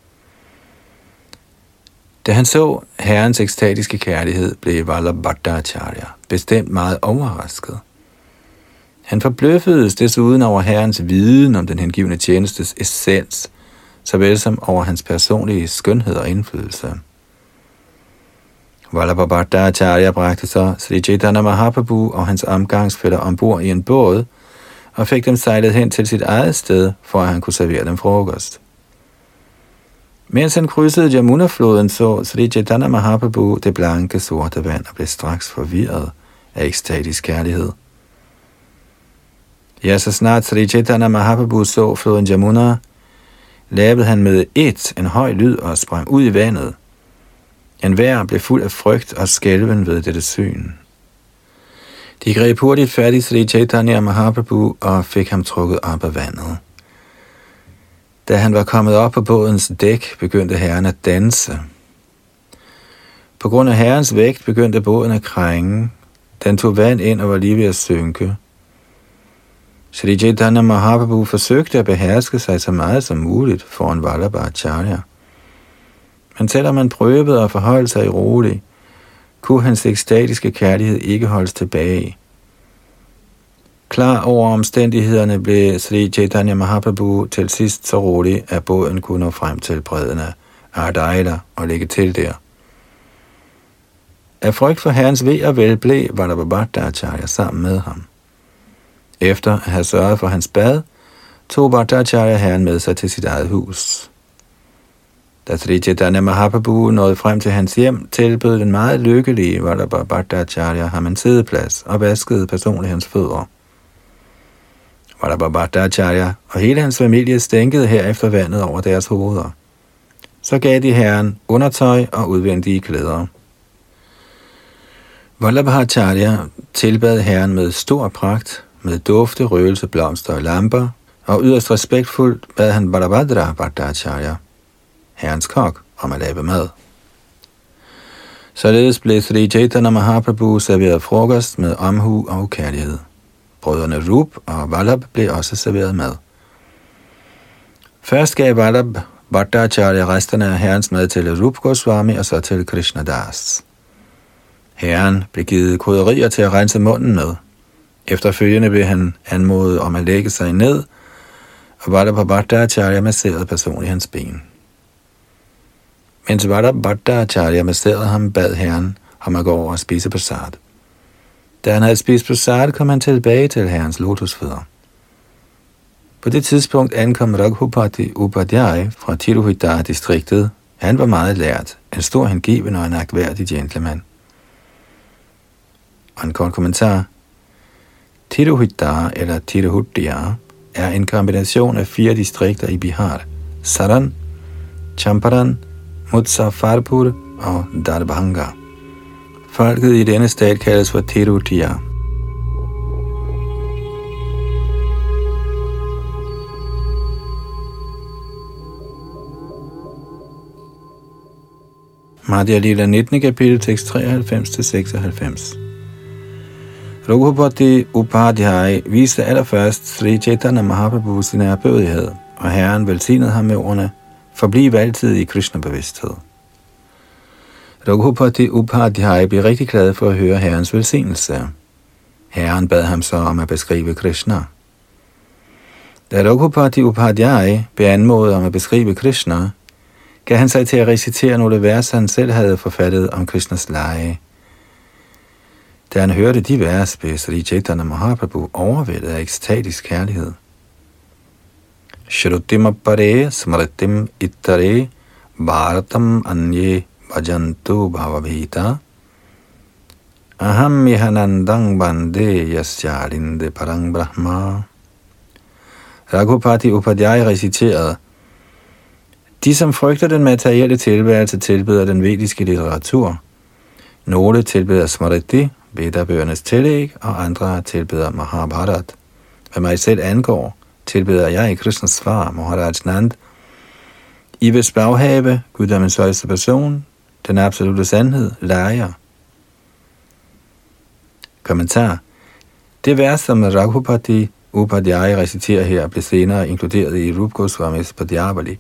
Da han så herrens ekstatiske kærlighed, blev Vallabha Bhattacharya bestemt meget overrasket. Han forbløffedes desuden over herrens viden om den hengivne tjenestes essens, såvel som over hans personlige skønhed og indflydelse. Vallabha Bhattacharya bragte så Sri Chaitanya Mahaprabhu og hans omgangsfæller ombord i en båd, og fik dem sejlet hen til sit eget sted, for at han kunne servere dem frokost. Mens han krydsede Yamuna-floden, så Sri Chaitanya Mahaprabhu det blanke sorte vand og blev straks forvirret af ekstatisk kærlighed. Ja, så snart Sri Chaitanya Mahaprabhu så floden Yamuna, lavede han med en høj lyd og sprang ud i vandet. Enhver blev fuld af frygt og skælven ved dette syn. De greb hurtigt fat i Sri Chaitanya Mahaprabhu og fik ham trukket op af vandet. Da han var kommet op på bådens dæk, begyndte herren at danse. På grund af herrens vægt begyndte båden at krænge. Den tog vand ind og var lige ved at synke. Sri Chaitanya Mahaprabhu forsøgte at beherske sig så meget som muligt foran Vallabhacharya. Men selvom man prøvede at forholde sig roligt, kunne hans ekstatiske kærlighed ikke holdes tilbage. Klar over omstændighederne blev Sri Chaitanya Mahaprabhu til sidst så rolig, at båden kunne nå frem til bredden af Ardejla og ligge til der. Af frygt for herrens ve og vel blev Vallabhacharya sammen med ham. Efter at have sørget for hans bad, tog Bhattacharya herren med sig til sit eget hus. Da Sri Chaitanya Mahaprabhu nåede frem til hans hjem, tilbød den meget lykkelige Vallabhacharya ham en siddeplads og vaskede personligt hans fødder. Vallabhacharya og hele hans familie stænkede herefter vandet over deres hoveder. Så gav de herren undertøj og udvendige klæder. Vallabhacharya tilbad herren med stor pragt, med dufte, røgelse, blomster og lamper, og yderst respektfuldt bad han Balabhadra Bhattacharya, herrens kok, om at lave mad. Således blev Sri Chaitanya Mahaprabhu serveret frokost med omhu og kærlighed. Brødrene Rup og Vallabh blev også serveret mad. Først gav Vallabh Bhattacharya resterne af herrens mad til Rup Goswami og så til Krishna Das. Herren blev givet krydderier til at rense munden med. Efterfølgende blev han anmodet om at lægge sig ned, og Vallabh Bhattacharya masserede personligt hans ben. Mens Vallabh Bhattacharya masserede ham, bad herren om at gå over og spise prasad. Da han havde spist prasad, kom han tilbage til herrens lotusfødder. På det tidspunkt ankom Raghupati Upadhyay fra Tiruhita-distriktet. Han var meget lært, en stor hengiven og en agtværdig gentleman. Og en kort kommentar. Tiruhita eller Tiruhutia er en kombination af 4 distrikter i Bihar: Saran, Champaran, Muzaffarpur og Darbhanga. Folket i denne stat kaldes for Tirutia. Madhya Lila 19. kapitel, tekst 93-96. Raghupati Upadhyay viste allerførst Sri Chaitanya Mahaprabhu sin ærbødighed, og herren velsignede ham med ordene: forbliv altid i Krishna-bevidsthed. Raghupati Upadhyay blev rigtig glad for at høre herrens velsignelse. Herren bad ham så om at beskrive Krishna. Da Raghupati Upadhyay blev anmodet om at beskrive Krishna, gav han sig til at recitere nogle vers, han selv havde forfattet om Krishnas lege. Da han hørte de vers, blev Sri Chaitanya Mahaprabhu overvældet af ekstatisk kærlighed. Shrutim appare smritim ittare bharatam anye bhajantu bhavabhita aham yahanandang bande yasyalinde parang brahma. Raghupati Upadhyay reciterede: de, som frygter den materielle tilværelse, tilbeder den vediske litteratur. Nogle tilbeder Smriti, Veda-bøgernes tillæg, og andre tilbeder Mahabharat. Hvad mig selv angår, tilbeder jeg i Krishnas svar, Maharaj Nand, i hvis baghave, guddommens højeste person, den absolute sandhed, leger. Kommentar. Det vers, som Raghupati Upadhyay reciterer her, blev senere inkluderet i Rupa Goswamis Padyavali.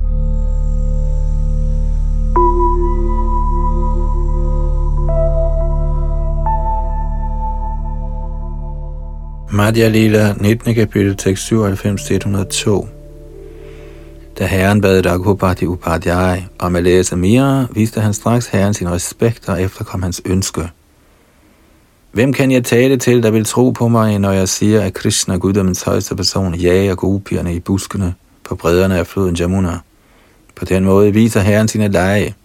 Madhya Lila 19. kapitel, tekst 97-102. Da herren bad Raghupati Upadhyay om at læse mere, viste han straks herren sin respekt og efterkom hans ønske. Hvem kan jeg tale til, der vil tro på mig, når jeg siger, at Krishna, guddommens højeste person, jager gopierne i buskene på bredderne af floden Jamuna? På den måde viser Herren sine lege.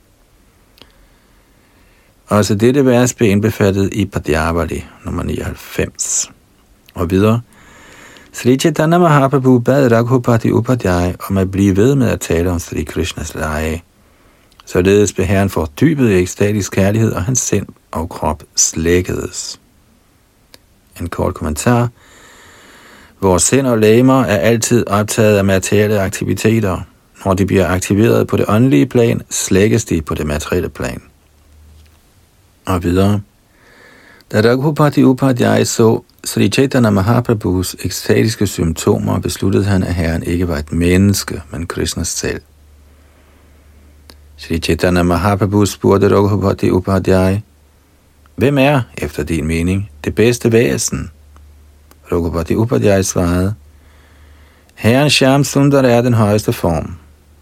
Også dette vers blev indbefattet i Padyavali, nummer 99. Og videre. Sri Chaitanya Mahaprabhu bad Raghupati Upadhyay om at blive ved med at tale om Sri Krishnas lege. Således blev Herren fordybet i ekstatisk kærlighed, og hans sind og krop slækkedes. En kort kommentar. Vores sind og legemer er altid optaget af materielle aktiviteter. Når de bliver aktiveret på det åndelige plan, slækkes de på det materielle plan. Og videre. Da Raghupati Upadhyay så Sri Chaitanya Mahaprabhus ekstatiske symptomer, besluttede han, at Herren ikke var et menneske, men Krishna selv. Sri Chaitanya Mahaprabhu spurgte Raghupati Upadhyay, hvem er, efter din mening, det bedste væsen? Raghupati Upadhyay svarede, Herren Shyam Sundar er den højeste form.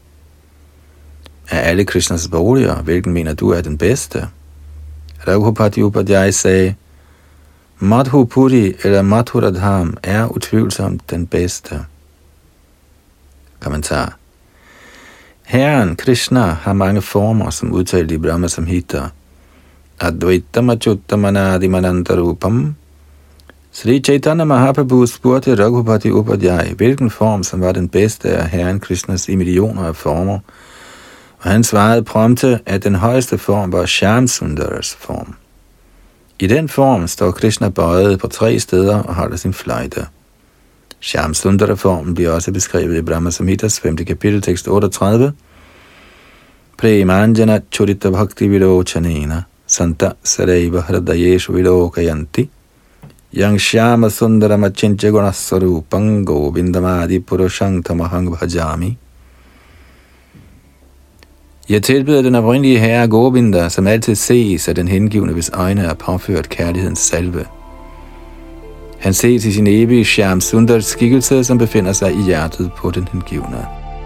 Af alle Krishnas boliger, hvilken mener du er den bedste? Raghupati Upadhyay sagde, Madhupuri eller Mathuradham er utvivlsomt den bedste. Kommentar. Herren Krishna har mange former, som udtalt i Brahma Samhita. Advaitam Achyuttamanadi Manantarupam. Sri Chaitanya Mahaprabhu spurgte Raghupati Upadhyay, hvilken form som var den bedste af Herren Krishnas i millioner af former, og han svarede prompte, at den højeste form var Shyam Sundars form. I den form står Krishna bøjet på 3 steder og holder sin fløjte. Shyam Sundara-formen bliver også beskrevet i Brahma Samhitas 5. kapitel, tekst 38. Premanjana churita bhakti vilochanena santa saraiva hridayeshu vilokayanti yang shyama sundaram achincha gunasarupam govindamadi purushang tamahang bhajami. Jeg tilbyder den oprindelige herre Govinda, som altid ses af den hengivne, hvis øjne er påført kærlighedens salve. Han ses i sin evige Shyam Sundars skikkelse, som befinder sig i hjertet på den hengivne.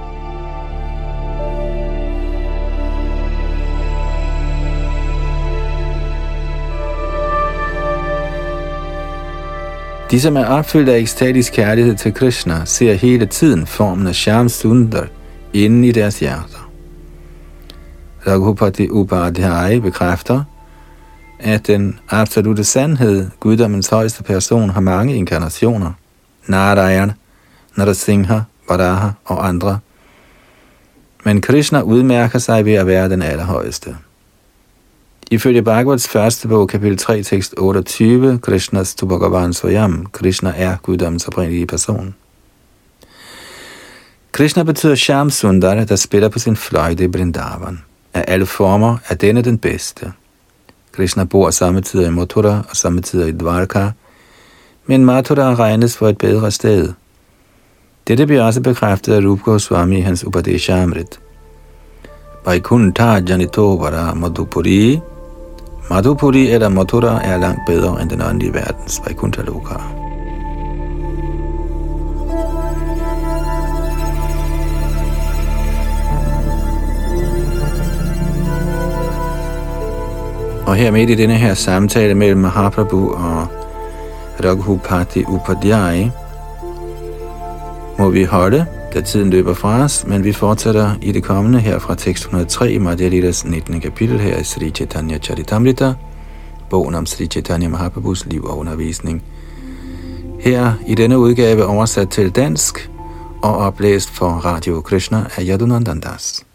De, som er opfyldt af ekstatisk kærlighed til Krishna, ser hele tiden formen af Shyam Sundar inde i deres hjerter. Raghupati Upadhyay bekræfter, at den absolute sandhed, guddommens højeste person, har mange inkarnationer. Narayana, Narasimha, Varaha og andre. Men Krishna udmærker sig ved at være den allerhøjeste. Ifølge Bhagavats første bog, kapitel 3, tekst 28, Krishnas tu Bhagavan Swayam, Krishna er guddommens oprindelige person. Krishna betyder Shyam Sundar, der spiller på sin fløjte i Vrindavan. Af alle former er denne den bedste. Krishna bor samtidig i Mathura og samtidig i Dvarka, men Mathura regnes for et bedre sted. Dette bliver også bekræftet af Rupa Goswami i hans Upadeshamrit. Vaikuntha Janito Vara Madhupuri. Madhupuri eller Mathura er langt bedre end den åndelige verdens Vaikuntha Loka. Og her midt i denne her samtale mellem Mahaprabhu og Raghupati Upadhyay må vi holde, da tiden løber fra os, men vi fortsætter i det kommende her fra tekst 103 i Madhya Lilas 19. kapitel her i Sri Chaitanya Charitamrita, bogen om Sri Chaitanya Mahaprabhus liv og undervisning. Her i denne udgave oversat til dansk og oplæst for Radio Krishna af Yadunandan Das.